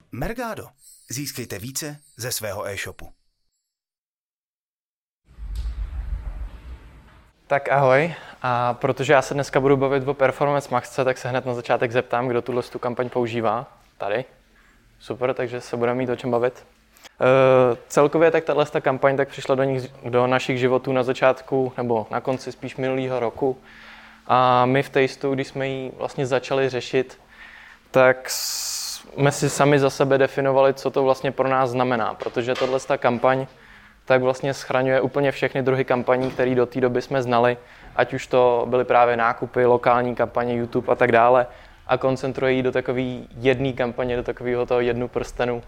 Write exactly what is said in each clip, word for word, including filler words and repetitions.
Mergado. Získejte více ze svého e-shopu. Tak ahoj, a protože já se dneska budu bavit o Performance Maxce, tak se hned na začátek zeptám, kdo tuhle tu kampaň používá. Tady. Super, takže se budeme mít o čem bavit. E, celkově tak tato kampaň tak přišla do, nich, do našich životů na začátku, nebo na konci spíš minulého roku. A my v Tasteu, když jsme ji vlastně začali řešit, tak jsme si sami za sebe definovali, co to vlastně pro nás znamená, protože tato kampaň tak vlastně schraňuje úplně všechny druhy kampaní, které do té doby jsme znali, ať už to byly právě nákupy, lokální kampaně, YouTube a tak dále, a koncentruje ji do takové jedné kampaně, do takového toho jednu prstenu.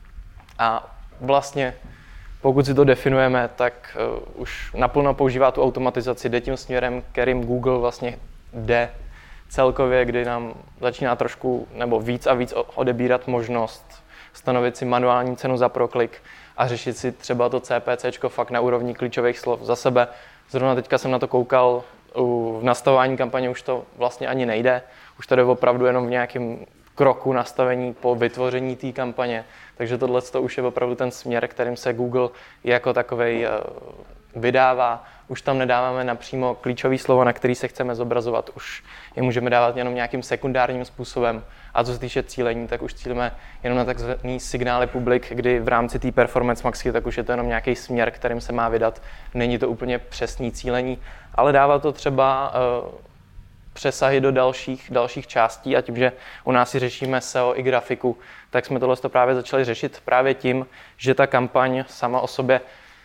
A vlastně, pokud si to definujeme, tak uh, už naplno používá tu automatizaci, jde tím směrem, kterým Google vlastně jde celkově, kdy nám začíná trošku nebo víc a víc odebírat možnost stanovit si manuální cenu za proklik a řešit si třeba to CPCčko fakt na úrovni klíčových slov za sebe. Zrovna teďka jsem na to koukal, v nastavování kampaně už to vlastně ani nejde, už to jde opravdu jenom v nějakém kroku nastavení po vytvoření té kampaně, takže tohle už je opravdu ten směr, kterým se Google jako takovej vydává. Už tam nedáváme napřímo klíčové slovo, na který se chceme zobrazovat, už je můžeme dávat jenom nějakým sekundárním způsobem. A co se týče cílení, tak už cílíme jenom na takzvaný signály publik, kdy v rámci té Performance Maxky tak už je to jenom nějaký směr, kterým se má vydat. Není to úplně přesný cílení, ale dává to třeba uh, přesahy do dalších, dalších částí, a tím, že u nás si řešíme S E O i grafiku, tak jsme tohle právě začali řešit právě tím, že ta kampaň sama o sobě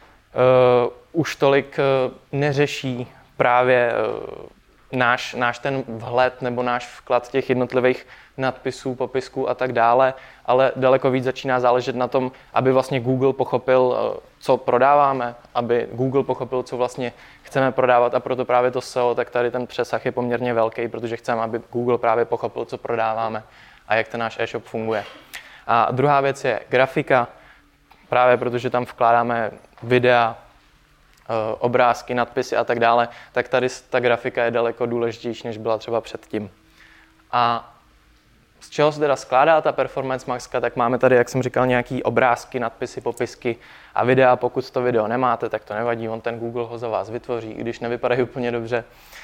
uh, už tolik uh, neřeší právě uh, náš, náš ten vhled nebo náš vklad těch jednotlivých nadpisů, popisků a tak dále, ale daleko víc začíná záležet na tom, aby vlastně Google pochopil, co prodáváme, aby Google pochopil, co vlastně chceme prodávat, a proto právě to S E O, tak tady ten přesah je poměrně velký, protože chceme, aby Google právě pochopil, co prodáváme a jak ten náš e-shop funguje. A druhá věc je grafika, právě protože tam vkládáme videa, obrázky, nadpisy a tak dále, tak tady ta grafika je daleko důležitější, než byla třeba předtím. A z čeho se teda skládá ta Performance Maxka, tak máme tady, jak jsem říkal, nějaký obrázky, nadpisy, popisky a videa. Pokud to video nemáte, tak to nevadí, on ten Google ho za vás vytvoří, i když nevypadají úplně dobře.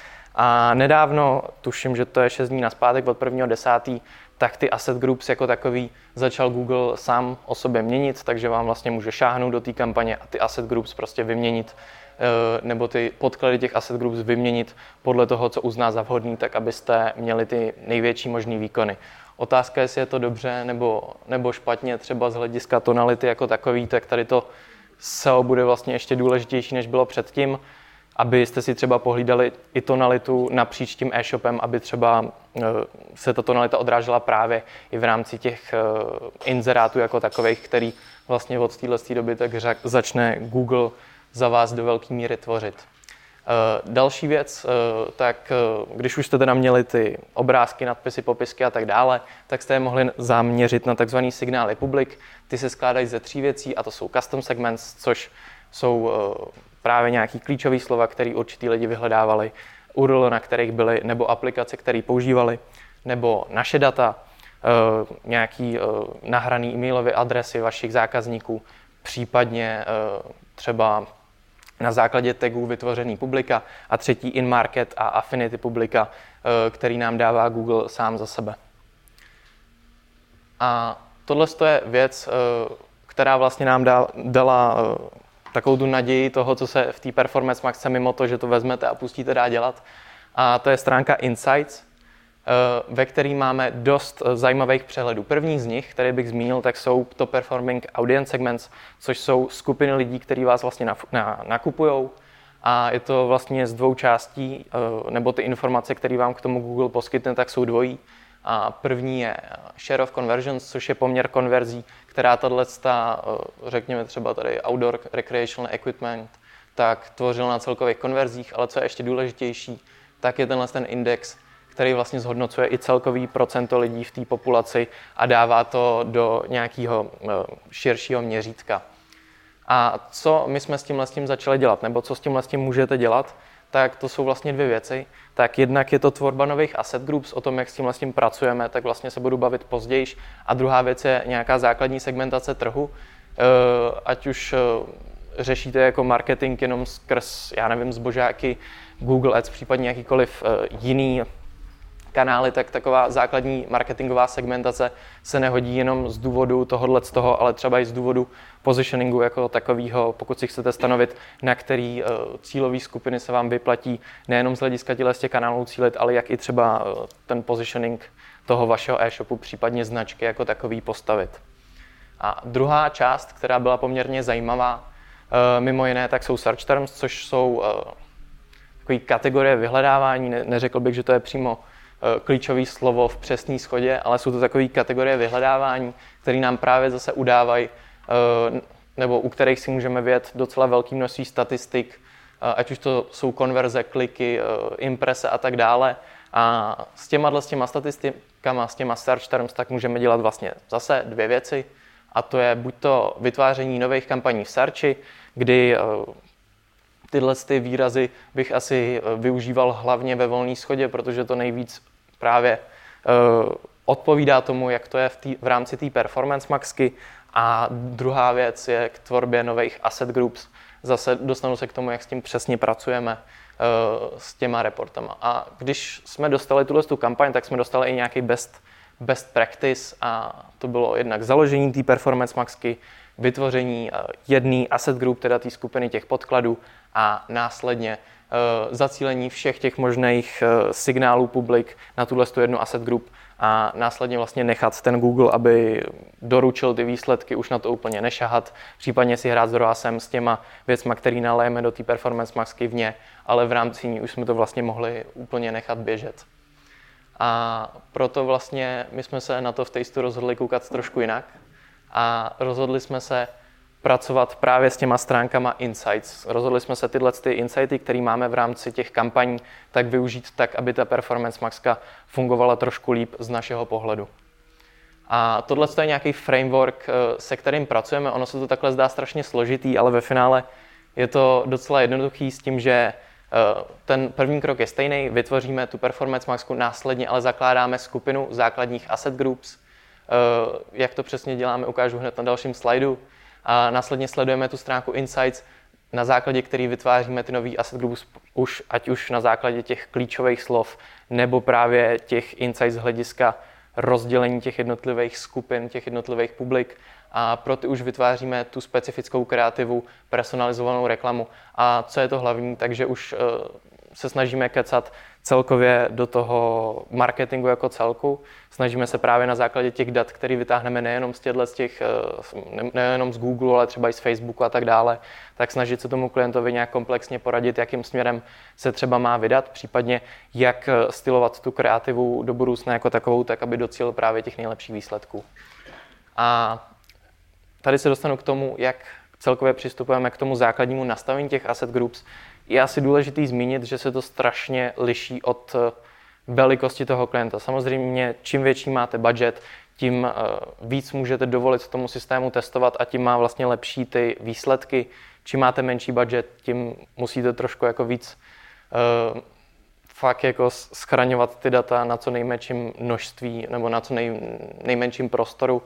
A nedávno, tuším, že to je šest dní nazpátek od prvního desátého tak ty asset groups jako takový začal Google sám o sobě měnit, takže vám vlastně může šáhnout do té kampaně a ty asset groups prostě vyměnit, nebo ty podklady těch asset groups vyměnit podle toho, co uzná za vhodný, tak abyste měli ty největší možný výkony. Otázka je, jestli je to dobře nebo, nebo špatně, třeba z hlediska tonality jako takový, tak tady to S E O bude vlastně ještě důležitější, než bylo předtím, abyste si třeba pohlídali i tonalitu napříč tím e-shopem, aby třeba se ta tonalita odrážela právě i v rámci těch inzerátů jako takových, který vlastně od této doby tak začne Google za vás do velké míry tvořit. Další věc, tak když už jste teda měli ty obrázky, nadpisy, popisky a tak dále, tak jste je mohli zaměřit na takzvaný signály public. Ty se skládají ze tří věcí, a to jsou custom segments, což jsou právě nějaký klíčové slova, které určitý lidi vyhledávali, U R L, na kterých byly, nebo aplikace, které používali, nebo naše data, nějaký nahraný e-mailové adresy vašich zákazníků, případně třeba na základě tagů vytvořený publika, a třetí in-market a affinity publika, který nám dává Google sám za sebe. A tohle je věc, která vlastně nám dala takovou tu naději toho, co se v té Performance Maxce mimo to, že to vezmete a pustíte, dá dělat. A to je stránka Insights, ve který máme dost zajímavých přehledů. První z nich, který bych zmínil, tak jsou Top Performing Audience Segments, což jsou skupiny lidí, kteří vás vlastně nakupujou. A je to vlastně z dvou částí, nebo ty informace, které vám k tomu Google poskytne, tak jsou dvojí. A první je Share of Conversions, což je poměr konverzí, která tato, řekněme třeba tady Outdoor Recreational Equipment, tak tvořil na celkových konverzích, ale co je ještě důležitější, tak je tenhle ten index, který vlastně zhodnocuje i celkový procento lidí v té populaci a dává to do nějakého širšího měřítka. A co my jsme s tímhle s tím začali dělat, nebo co s tímhle s tím můžete dělat, tak to jsou vlastně dvě věci. Tak jednak je to tvorba nových asset groups, o tom, jak s tím vlastně pracujeme, tak vlastně se budu bavit později. A druhá věc je nějaká základní segmentace trhu, ať už řešíte jako marketing jenom skrz, já nevím, zbožáky, Google Ads, případně jakýkoliv jiný kanály, tak taková základní marketingová segmentace se nehodí jenom z důvodu tohohle z toho, ale třeba i z důvodu positioningu jako takového, pokud si chcete stanovit, na který cílové skupiny se vám vyplatí nejenom z hlediska těchto z těch kanálů cílit, ale jak i třeba ten positioning toho vašeho e-shopu, případně značky jako takový postavit. A druhá část, která byla poměrně zajímavá, mimo jiné, tak jsou search terms, což jsou takové kategorie vyhledávání. Neřekl bych, že to je přímo klíčové slovo v přesné shodě, ale jsou to takové kategorie vyhledávání, které nám právě zase udávají, nebo u kterých si můžeme vědět docela velké množství statistik, ať už to jsou konverze, kliky, imprese a tak dále. A s těma, s těma statistikama, s těma search terms, tak můžeme dělat vlastně zase dvě věci. A to je buď to vytváření nových kampaní v searchi, kdy tyhle ty výrazy bych asi využíval hlavně ve volné shodě, protože to nejvíc právě odpovídá tomu, jak to je v, tý, v rámci té performance maxky. A druhá věc je k tvorbě nových asset groups. Zase dostanu se k tomu, jak s tím přesně pracujeme s těma reportama. A když jsme dostali tuhle tu kampaň, tak jsme dostali i nějaký best best practice a to bylo jednak založení té performance maxky, vytvoření jedné asset group, teda té skupiny těch podkladů a následně uh, zacílení všech těch možných uh, signálů publik na tuhle jednu asset group a následně vlastně nechat ten Google, aby doručil ty výsledky, už na to úplně nešahat, případně si hrát s ROASem s těma věcma, který nalejeme do té performance maxky vně, ale v rámci ní už jsme to vlastně mohli úplně nechat běžet. A proto vlastně my jsme se na to v Tasteu rozhodli koukat trošku jinak a rozhodli jsme se pracovat právě s těma stránkama Insights. Rozhodli jsme se tyhle ty insighty, které máme v rámci těch kampaní, tak využít tak, aby ta performance maxka fungovala trošku líp z našeho pohledu. A tohle je nějaký framework, se kterým pracujeme. Ono se to takhle zdá strašně složitý, ale ve finále je to docela jednoduchý s tím, že ten první krok je stejný, vytvoříme tu performance maxku, následně ale zakládáme skupinu základních asset groups. Jak to přesně děláme, ukážu hned na dalším slajdu. A následně sledujeme tu stránku Insights, na základě který vytváříme ty nový asset groups, už, ať už na základě těch klíčových slov, nebo právě těch insights z hlediska rozdělení těch jednotlivých skupin, těch jednotlivých publik. A pro ty už vytváříme tu specifickou kreativu, personalizovanou reklamu. A co je to hlavní, takže už uh, se snažíme kecat celkově do toho marketingu jako celku. Snažíme se právě na základě těch dat, které vytáhneme nejenom z těchto, z těch, uh, ne, nejenom z Google, ale třeba i z Facebooku a tak dále, tak snažit se tomu klientovi nějak komplexně poradit, jakým směrem se třeba má vydat, případně jak stylovat tu kreativu do budoucna jako takovou, tak aby docílil právě těch nejlepších výsledků. A tady se dostanu k tomu, jak celkově přistupujeme k tomu základnímu nastavení těch asset groups. Je asi důležitý zmínit, že se to strašně liší od velikosti toho klienta. Samozřejmě, čím větší máte budget, tím víc můžete dovolit tomu systému testovat a tím má vlastně lepší ty výsledky. Čím máte menší budget, tím musíte trošku jako víc uh, fakt jako schraňovat ty data na co nejmenším množství nebo na co nej, nejmenším prostoru.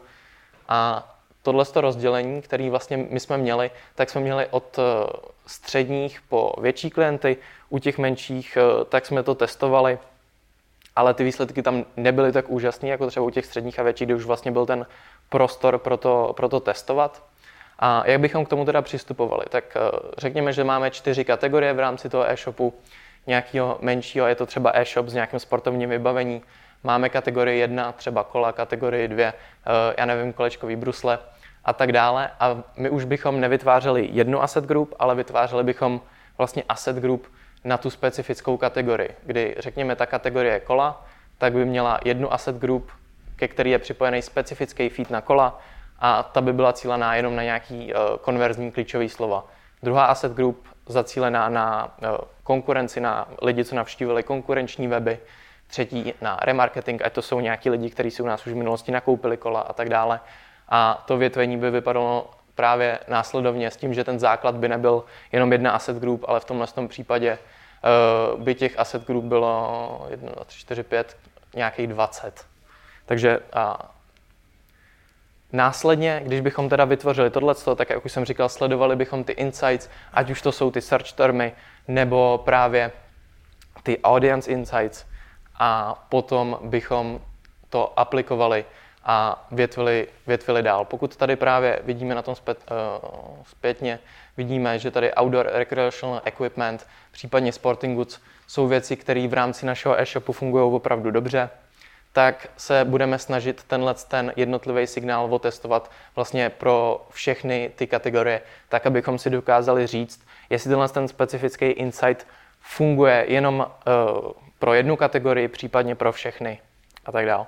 A tohle rozdělení, které vlastně my jsme měli, tak jsme měli od středních po větší klienty. U těch menších tak jsme to testovali, ale ty výsledky tam nebyly tak úžasné, jako třeba u těch středních a větších, kde už vlastně byl ten prostor pro to, pro to testovat. A jak bychom k tomu teda přistupovali? Tak řekněme, že máme čtyři kategorie v rámci toho e-shopu. Nějakého menšího je to třeba e-shop s nějakým sportovním vybavením. Máme kategorii jedna, třeba kola, kategorii dvě, já nevím, kolečkový brusle a tak dále. A my už bychom nevytvářeli jednu asset group, ale vytvářeli bychom vlastně asset group na tu specifickou kategorii, kdy řekněme ta kategorie kola, tak by měla jednu asset group, ke který je připojený specifický feed na kola a ta by byla cílená jenom na nějaký uh, konverzní klíčový slova. Druhá asset group zacílená na uh, konkurenci, na lidi, co navštívili konkurenční weby. Třetí na remarketing, ať to jsou nějaký lidi, kteří si u nás už v minulosti nakoupili kola a tak dále. A to větvení by vypadalo právě následovně s tím, že ten základ by nebyl jenom jedna asset group, ale v tomhle tom případě by těch asset group bylo jedna, dva, tři, čtyři, pět, nějakých dvacet. Takže a následně, když bychom teda vytvořili tohleto, tak jak už jsem říkal, sledovali bychom ty insights, ať už to jsou ty search termy, nebo právě ty audience insights, a potom bychom to aplikovali a větvili, větvili dál. Pokud tady právě vidíme na tom zpět, uh, zpětně, vidíme, že tady outdoor recreational equipment, případně sporting goods, jsou věci, které v rámci našeho e-shopu fungují opravdu dobře, tak se budeme snažit tenhle ten jednotlivý signál otestovat vlastně pro všechny ty kategorie, tak abychom si dokázali říct, jestli tenhle ten specifický insight funguje jenom uh, pro jednu kategorii, případně pro všechny a tak dále.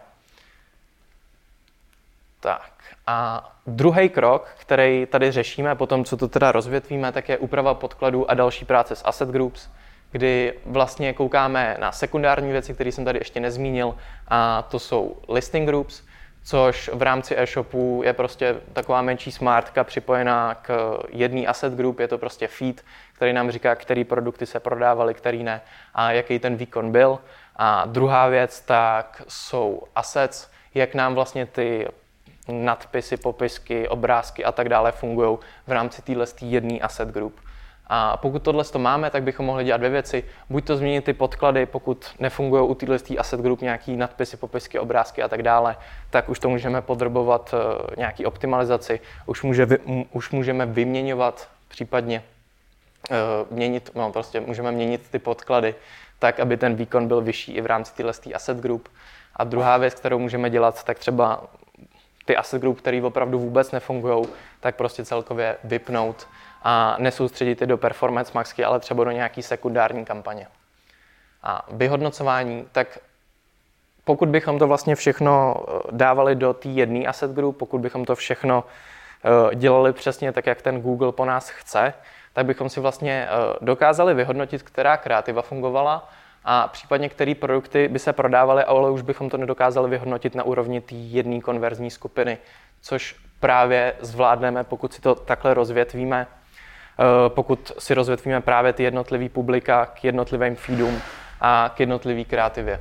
Tak a druhý krok, který tady řešíme, potom co to teda rozvětvíme, tak je úprava podkladů a další práce s asset groups, kdy vlastně koukáme na sekundární věci, které jsem tady ještě nezmínil, a to jsou listing groups, což v rámci e-shopu je prostě taková menší smartka připojená k jedné asset group, je to prostě feed, který nám říká, který produkty se prodávaly, který ne a jaký ten výkon byl. A druhá věc, tak jsou assets, jak nám vlastně ty nadpisy, popisky, obrázky a tak dále fungují v rámci téhle jedné asset group. A pokud tohle to máme, tak bychom mohli dělat dvě věci. Buď to změnit ty podklady, pokud nefungují u téhle asset group nějaký nadpisy, popisky, obrázky a tak dále, tak už to můžeme podrobovat nějaký optimalizaci. Už, může, už můžeme vyměňovat, případně uh, měnit, no prostě můžeme měnit ty podklady tak, aby ten výkon byl vyšší i v rámci téhle asset group. A druhá věc, kterou můžeme dělat, tak třeba ty asset group, které opravdu vůbec nefungují, tak prostě celkově vypnout a nesoustředit je do Performance Maxky, ale třeba do nějaký sekundární kampaně. A vyhodnocování, tak pokud bychom to vlastně všechno dávali do té jedné asset group, pokud bychom to všechno dělali přesně tak, jak ten Google po nás chce, tak bychom si vlastně dokázali vyhodnotit, která kreativa fungovala a případně které produkty by se prodávaly, ale už bychom to nedokázali vyhodnotit na úrovni té jedné konverzní skupiny, což právě zvládneme, pokud si to takhle rozvětvíme, pokud si rozvětvíme právě ty jednotlivý publika k jednotlivým feedům a k jednotlivý kreativě.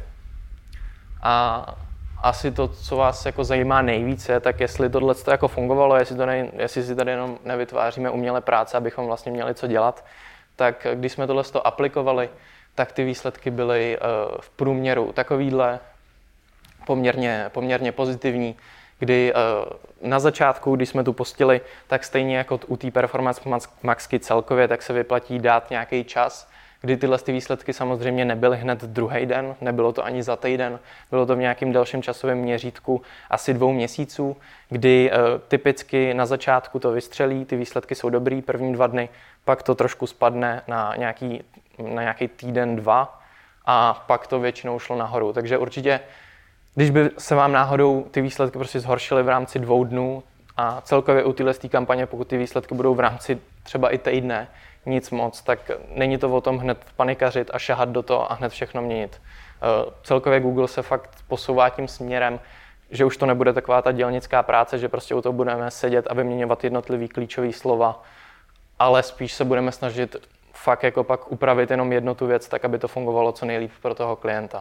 A asi to, co vás jako zajímá nejvíce, tak jestli tohle jako fungovalo, jestli, to ne, jestli si tady jenom nevytváříme umělé práce, abychom vlastně měli co dělat, tak když jsme tohle aplikovali, tak ty výsledky byly v průměru takovýhle poměrně, poměrně pozitivní, kdy na začátku, když jsme tu postili, tak stejně jako u té Performance Maxky celkově, tak se vyplatí dát nějaký čas, kdy tyhle ty výsledky samozřejmě nebyly hned druhý den, nebylo to ani za týden, bylo to v nějakém delším časovém měřítku asi dvou měsíců, kdy typicky na začátku to vystřelí, ty výsledky jsou dobrý první dva dny, pak to trošku spadne na nějaký, na nějaký týden, dva a pak to většinou šlo nahoru. Takže určitě, když by se vám náhodou ty výsledky prostě zhoršily v rámci dvou dnů a celkově u téhle kampaně, pokud ty výsledky budou v rámci třeba i týdne, nic moc, tak není to o tom hned panikařit a šahat do toho a hned všechno měnit. Celkově Google se fakt posouvá tím směrem, že už to nebude taková ta dělnická práce, že prostě u toho budeme sedět a vyměňovat jednotlivý klíčový slova, ale spíš se budeme snažit fakt jako pak upravit jenom jednu tu věc, tak aby to fungovalo co nejlíp pro toho klienta.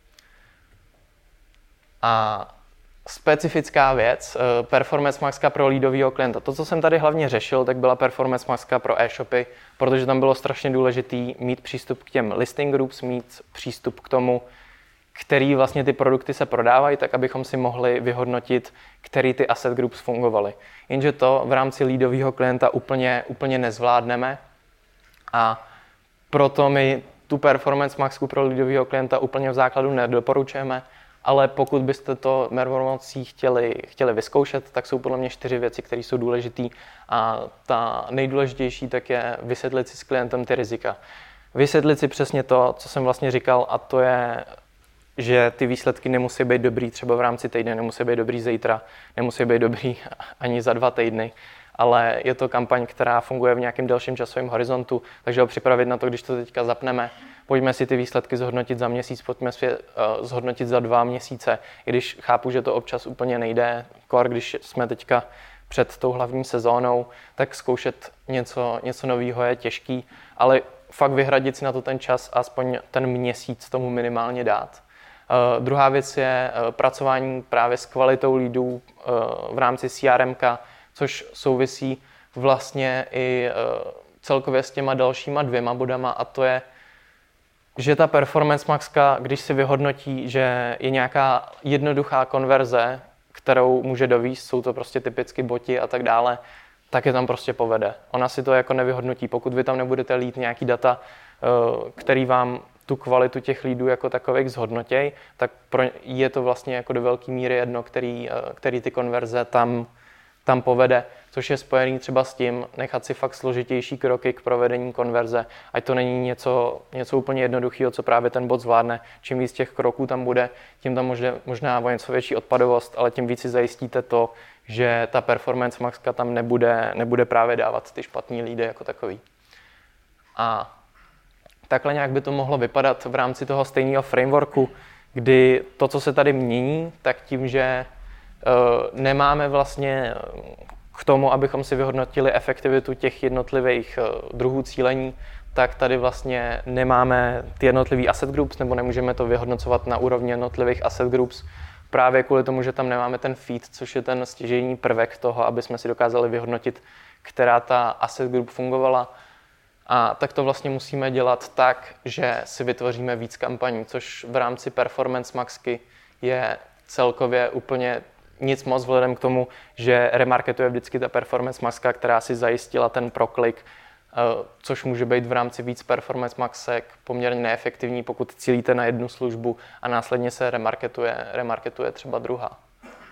A specifická věc, Performance Maxka pro leadového klienta. To, co jsem tady hlavně řešil, tak byla Performance Maxka pro e-shopy, protože tam bylo strašně důležitý mít přístup k těm listing groups, mít přístup k tomu, který vlastně ty produkty se prodávají, tak abychom si mohli vyhodnotit, který ty asset groups fungovaly. Jenže to v rámci leadového klienta úplně, úplně nezvládneme a proto my tu Performance Maxku pro leadového klienta úplně v základu nedoporučujeme, ale pokud byste to mermomocí chtěli, chtěli vyzkoušet, tak jsou podle mě čtyři věci, které jsou důležité a ta nejdůležitější tak je vysvětlit si s klientem ty rizika. Vysvětlit si přesně to, co jsem vlastně říkal, a to je, že ty výsledky nemusí být dobrý třeba v rámci týdne, nemusí být dobrý zítra, nemusí být dobrý ani za dva týdny, ale je to kampaň, která funguje v nějakém delším časovém horizontu, takže ho připravit na to, když to teďka zapneme. Pojďme si ty výsledky zhodnotit za měsíc, pojďme si je uh, zhodnotit za dva měsíce, i když chápu, že to občas úplně nejde, kor, když jsme teďka před tou hlavní sezónou, tak zkoušet něco, něco nového je těžký, ale fakt vyhradit si na to ten čas, aspoň ten měsíc tomu minimálně dát. Uh, druhá věc je uh, pracování právě s kvalitou leadů uh, v rámci C R M ka, což souvisí vlastně i uh, celkově s těma dalšíma dvěma bodama, a to je, že ta Performance Maxka, když si vyhodnotí, že je nějaká jednoduchá konverze, kterou může dovíst, jsou to prostě typicky boti a tak dále, tak je tam prostě povede. Ona si to jako nevyhodnotí. Pokud vy tam nebudete lít nějaký data, který vám tu kvalitu těch leadů jako takových zhodnotěj, tak pro je to vlastně jako do velké míry jedno, který, který ty konverze tam, tam povede, což je spojený třeba s tím nechat si fakt složitější kroky k provedení konverze, ať to není něco, něco úplně jednoduchého, co právě ten bot zvládne. Čím víc těch kroků tam bude, tím tam možná, možná o něco větší odpadovost, ale tím víc si zajistíte to, že ta Performance Maxka tam nebude, nebude právě dávat ty špatný leady jako takový. A takhle nějak by to mohlo vypadat v rámci toho stejného frameworku, kdy to, co se tady mění, tak tím, že uh, nemáme vlastně k tomu, abychom si vyhodnotili efektivitu těch jednotlivých uh, druhů cílení, tak tady vlastně nemáme ty jednotlivý asset groups, nebo nemůžeme to vyhodnocovat na úrovni jednotlivých asset groups, právě kvůli tomu, že tam nemáme ten feed, což je ten stěžejní prvek toho, aby jsme si dokázali vyhodnotit, která ta asset group fungovala. A tak to vlastně musíme dělat tak, že si vytvoříme víc kampaní, což v rámci Performance Maxky je celkově úplně nic moc vzhledem k tomu, že remarketuje vždycky ta Performance Maxka, která si zajistila ten proklik, což může být v rámci víc Performance Maxek poměrně neefektivní, pokud cílíte na jednu službu a následně se remarketuje, remarketuje třeba druhá.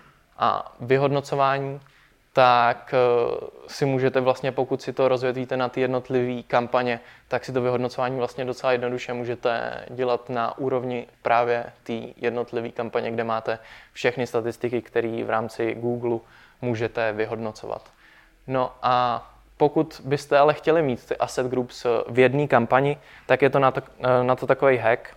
A vyhodnocování, tak si můžete vlastně, pokud si to rozvětvíte na ty jednotlivé kampaně, tak si to vyhodnocování vlastně docela jednoduše můžete dělat na úrovni právě té jednotlivé kampaně, kde máte všechny statistiky, které v rámci Google můžete vyhodnocovat. No a pokud byste ale chtěli mít ty asset groups v jedné kampani, tak je to na to, na to takový hack,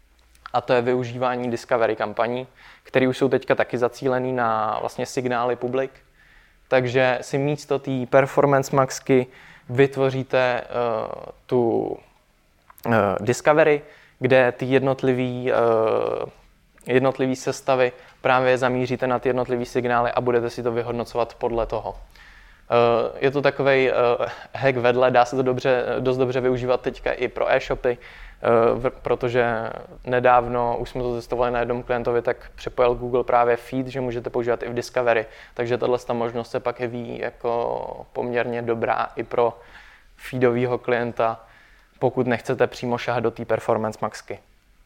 a to je využívání discovery kampaní, které už jsou teďka taky zacílený na vlastně signály public. Takže si místo té Performance Maxky vytvoříte uh, tu uh, discovery, kde ty jednotlivý, uh, jednotlivý sestavy právě zamíříte na ty jednotlivý signály a budete si to vyhodnocovat podle toho. Uh, je to takovej uh, hack vedle, dá se to dobře, dost dobře využívat teďka i pro e-shopy, uh, v, protože nedávno už jsme to testovali na jednom klientovi, tak připojil Google právě feed, že můžete používat i v Discovery, takže tahle možnost se pak jeví jako poměrně dobrá i pro feedového klienta, pokud nechcete přímo šahat do té Performance Maxky.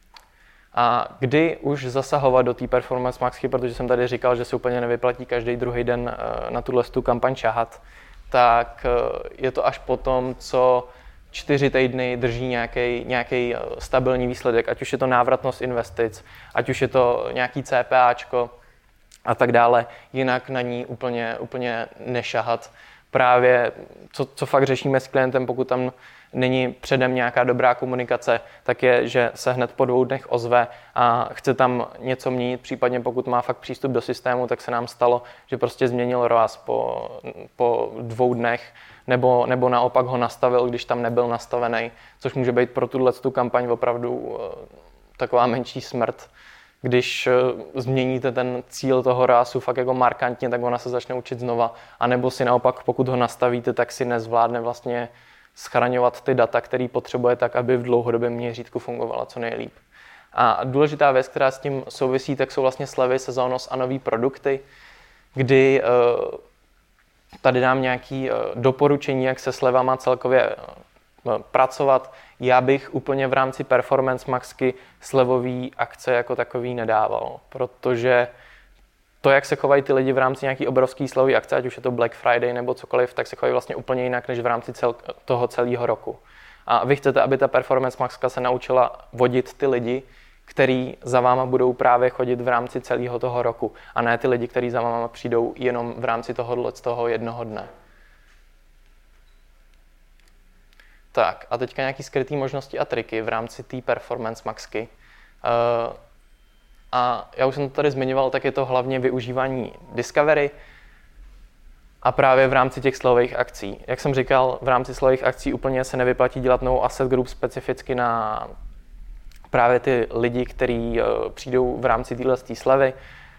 A kdy už zasahovat do té Performance Maxky, protože jsem tady říkal, že se úplně nevyplatí každý druhý den na tuhle tu kampaň šahat, tak je to až potom, co čtyři týdny drží nějaký, nějaký stabilní výsledek, ať už je to návratnost investic, ať už je to nějaký CPAčko a tak dále, jinak na ní úplně, úplně nešahat. Právě, co, co fakt řešíme s klientem, pokud tam není předem nějaká dobrá komunikace, tak je, že se hned po dvou dnech ozve a chce tam něco měnit, případně pokud má fakt přístup do systému, tak se nám stalo, že prostě změnil R O A S po, po dvou dnech, nebo, nebo naopak ho nastavil, když tam nebyl nastavený, což může být pro tuto kampaň opravdu taková menší smrt. Když změníte ten cíl toho R O A S u fakt jako markantně, tak ona se začne učit znova, anebo si naopak, pokud ho nastavíte, tak si nezvládne vlastně schraňovat ty data, které potřebuje tak, aby v dlouhodobém měřítku fungovala co nejlíp. A důležitá věc, která s tím souvisí, tak jsou vlastně slevy, sezónnost a nový produkty, kdy uh, tady dám nějaké uh, doporučení, jak se slevama celkově uh, pracovat. Já bych úplně v rámci Performance Maxky slevový akce jako takový nedával, protože to, jak se chovají ty lidi v rámci nějaký obrovský slevový akce, ať už je to Black Friday nebo cokoliv, tak se chovají vlastně úplně jinak, než v rámci cel, toho celého roku. A vy chcete, aby ta Performance Maxka se naučila vodit ty lidi, kteří za váma budou právě chodit v rámci celého toho roku, a ne ty lidi, kteří za váma přijdou jenom v rámci tohohle z toho jednoho dne. Tak a teďka nějaký skrytý možnosti a triky v rámci té Performance Maxky. Uh, A já už jsem to tady zmiňoval, tak je to hlavně využívání Discovery. a právě v rámci těch slových akcí. Jak jsem říkal, v rámci slových akcí úplně se nevyplatí dělat novou asset group specificky na právě ty lidi, kteří uh, přijdou v rámci téhle slevy.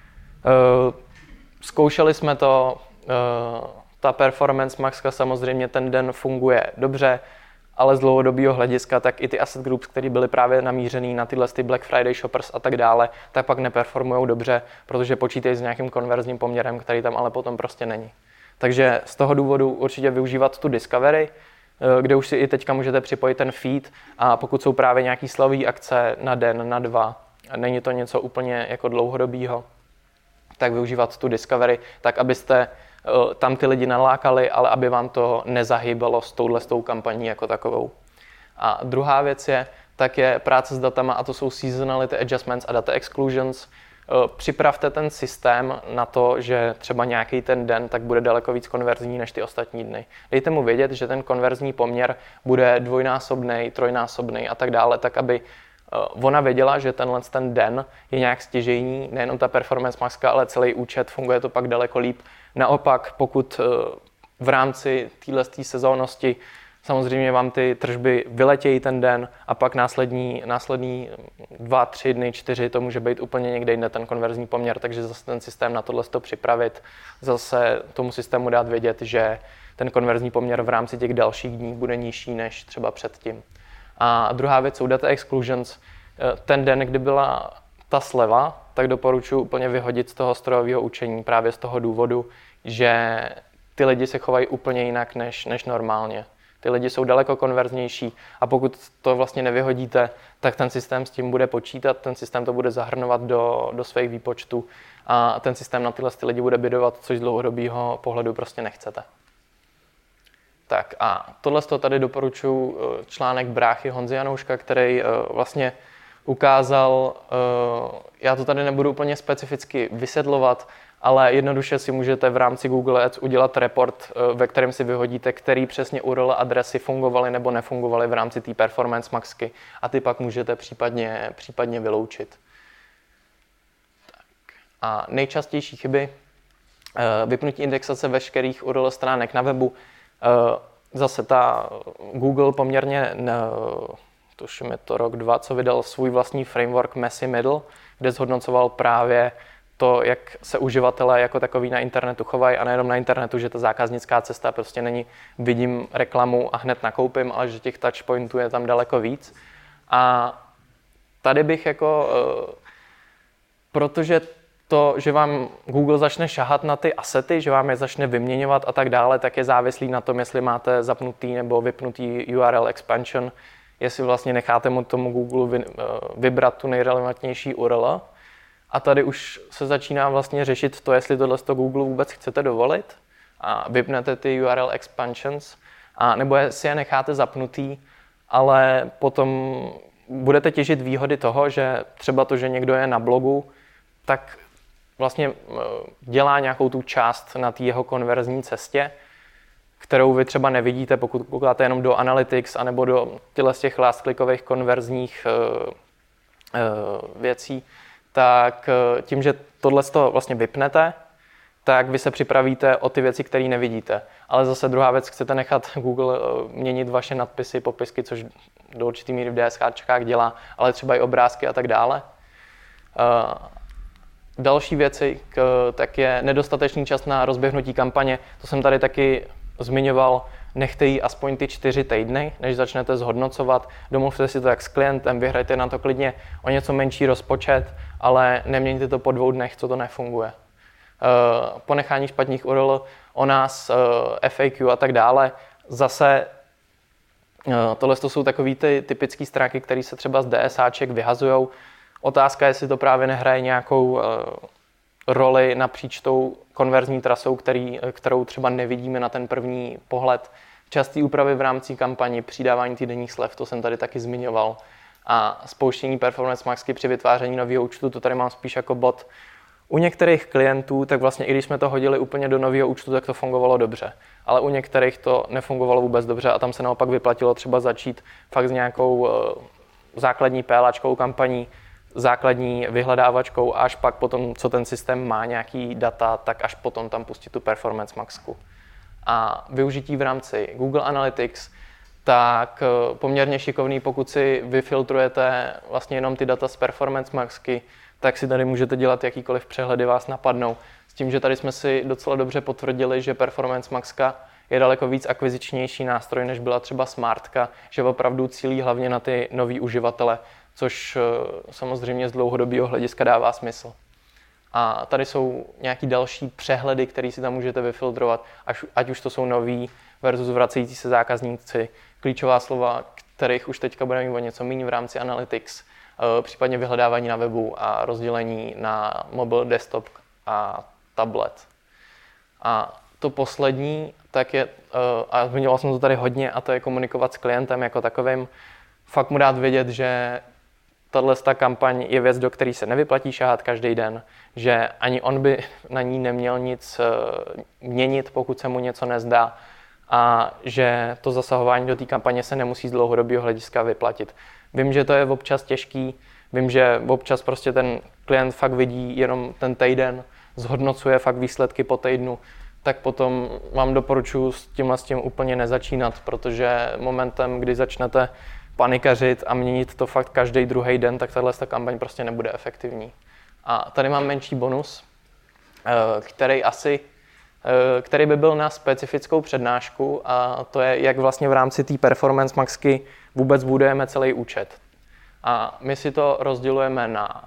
Uh, zkoušeli jsme to, uh, ta performance maxka samozřejmě ten den funguje dobře, ale z dlouhodobého hlediska tak i ty asset groups, které byly právě namířený na tyhle ty Black Friday shoppers a tak dále, tak pak neperformují dobře, protože počítají s nějakým konverzním poměrem, který tam ale potom prostě není. Takže z toho důvodu určitě využívat tu Discovery, kde už si i teďka můžete připojit ten feed a pokud jsou právě nějaký slový akce na den, na dva, není to něco úplně jako dlouhodobýho, tak využívat tu Discovery, tak abyste tam ty lidi nalákali, ale aby vám to nezahýbalo s touhle s tou kampaní jako takovou. A druhá věc je, tak je práce s datama a to jsou seasonality adjustments a data exclusions. Připravte ten systém na to, že třeba nějaký ten den tak bude daleko víc konverzní než ty ostatní dny. Dejte mu vědět, že ten konverzní poměr bude dvojnásobný, trojnásobný a tak dále, tak aby ona věděla, že tenhle ten den je nějak stěžejní, nejenom ta performance maxka, ale celý účet, funguje to pak daleko líp. Naopak, pokud v rámci této sezónnosti samozřejmě vám ty tržby vyletějí ten den a pak následní, následní dva, tři dny, čtyři, to může být úplně někde jinde ten konverzní poměr, takže zase ten systém na tohle to připravit, zase tomu systému dát vědět, že ten konverzní poměr v rámci těch dalších dní bude nižší než třeba předtím. A druhá věc jsou data exclusions. Ten den, kdy byla ta sleva, tak doporučuji úplně vyhodit z toho strojového učení právě z toho důvodu, že ty lidi se chovají úplně jinak než, než normálně. Ty lidi jsou daleko konverznější a pokud to vlastně nevyhodíte, tak ten systém s tím bude počítat, ten systém to bude zahrnovat do, do svých výpočtů a ten systém na tyhle ty lidi bude bidovat, což z dlouhodobého pohledu prostě nechcete. Tak a tohle tady doporučuji článek bráchy Honzy Janouška, který vlastně ukázal, já to tady nebudu úplně specificky vysvětlovat, ale jednoduše si můžete v rámci Google Ads udělat report, ve kterém si vyhodíte, který přesně U R L adresy fungovaly nebo nefungovaly v rámci té performance maxky a ty pak můžete případně, případně vyloučit. Tak. A nejčastější chyby, vypnutí indexace veškerých U R L stránek na webu, zase ta Google poměrně, tuším je to rok, dva, co vydal svůj vlastní framework Messy Middle, kde zhodnocoval právě to, jak se uživatelé jako takový na internetu chovají a nejenom na internetu, že ta zákaznická cesta prostě není vidím reklamu a hned nakoupím, ale že těch touchpointů je tam daleko víc. A tady bych jako, protože to, že vám Google začne šahat na ty asety, že vám je začne vyměňovat a tak dále, tak je závislý na tom, jestli máte zapnutý nebo vypnutý U R L expansion, jestli vlastně necháte mu tomu Google vybrat tu nejrelevantnější U R L. A tady už se začíná vlastně řešit to, jestli tohle z toho Google vůbec chcete dovolit a vypnete ty U R L expansions, a nebo si je necháte zapnutý, ale potom budete těžit výhody toho, že třeba to, že někdo je na blogu, tak vlastně dělá nějakou tu část na té jeho konverzní cestě, kterou vy třeba nevidíte, pokud koukáte jenom do Analytics anebo do těchto z těch last-clickových konverzních uh, uh, věcí, tak tím, že tohle vlastně vypnete, tak vy se připravíte o ty věci, které nevidíte. Ale zase druhá věc, chcete nechat Google měnit vaše nadpisy, popisky, což do určitý míry v DSKčkách dělá, ale třeba i obrázky a tak dále. Další věci, tak je nedostatečný čas na rozběhnutí kampaně. To jsem tady taky zmiňoval, nechte jí aspoň ty čtyři týdny, než začnete zhodnocovat. Domluvte si to jak s klientem, vyhrajte na to klidně o něco menší rozpočet, ale neměňte to po dvou dnech, co to nefunguje. Ponechání špatných U R L, o nás, F A Q a tak dále. Zase tohle jsou takový ty typické stránky, které se třeba z DSAček vyhazujou. Otázka je, jestli to právě nehraje nějakou roli napříč tou konverzní trasou, který, kterou třeba nevidíme na ten první pohled. Častý úpravy v rámci kampaní, přidávání týdenních slev, to jsem tady taky zmiňoval. A spouštění performance maxky při vytváření nového účtu, to tady mám spíš jako bod. U některých klientů, tak vlastně i když jsme to hodili úplně do nového účtu, tak to fungovalo dobře. Ale u některých to nefungovalo vůbec dobře a tam se naopak vyplatilo třeba začít fakt s nějakou základní PLAčkou kampaní, základní vyhledávačkou a až pak potom, co ten systém má nějaký data, tak až potom tam pustit tu performance maxku. a využití v rámci Google Analytics, tak poměrně šikovný, pokud si vyfiltrujete vlastně jenom ty data z Performance Maxky, tak si tady můžete dělat jakýkoliv přehledy vás napadnou. S tím, že tady jsme si docela dobře potvrdili, že Performance Maxka je daleko víc akvizičnější nástroj, než byla třeba Smartka, že opravdu cílí hlavně na ty nový uživatele, což samozřejmě z dlouhodobého hlediska dává smysl. A tady jsou nějaký další přehledy, které si tam můžete vyfiltrovat, ať, ať už to jsou noví versus vracející se zákazníci, klíčová slova, kterých už teďka budeme mít o něco méně v rámci Analytics, případně vyhledávání na webu a rozdělení na mobil, desktop a tablet. A to poslední, tak je, a zmiňoval jsem to tady hodně, a to je komunikovat s klientem jako takovým, fakt mu dát vědět, že tahle kampaň je věc, do které se nevyplatí šáhat každý den, že ani on by na ní neměl nic měnit, pokud se mu něco nezdá, a že to zasahování do té kampaně se nemusí z dlouhodobého hlediska vyplatit. Vím, že to je občas těžký, vím, že občas prostě ten klient fakt vidí jenom ten týden, zhodnocuje fakt výsledky po týdnu, tak potom vám doporučuji s tímhle s tím úplně nezačínat, protože momentem, kdy začnete panikařit a měnit to fakt každý druhý den, tak tahle kampaň prostě nebude efektivní. A tady mám menší bonus, který asi, který by byl na specifickou přednášku, a to je, jak vlastně v rámci té Performance Maxky vůbec budujeme celý účet. A my si to rozdělujeme na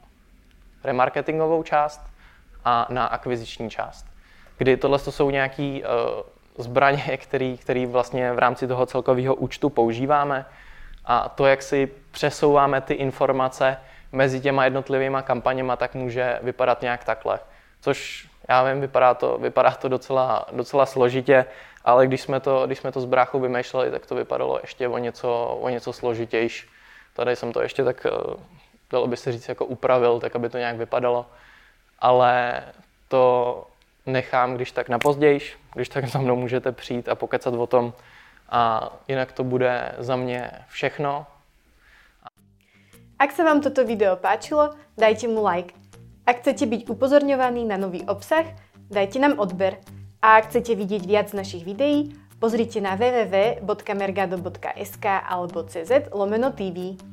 remarketingovou část a na akviziční část, kdy tohle jsou nějaké zbraně, který, který vlastně v rámci toho celkového účtu používáme, a to, jak si přesouváme ty informace mezi těma jednotlivýma kampaněma, tak může vypadat nějak takhle. Což já vím, vypadá to, vypadá to docela, docela složitě, ale když jsme to, když jsme to s bráchou vymýšleli, tak to vypadalo ještě o něco, o něco složitější. Tady jsem to ještě tak, dalo by se říct, jako upravil, tak aby to nějak vypadalo. Ale to nechám, když tak na pozdějš, když tak za mnou můžete přijít a pokecat o tom. A jinak to bude za mě všechno. Ak sa vám toto video páčilo, dajte mu like. Ak chcete byť upozorňovaní na nový obsah, dajte nám odber. A ak chcete vidieť viac našich videí, pozrite na w w w bodka mergado bodka es ka alebo cz lomeno tv.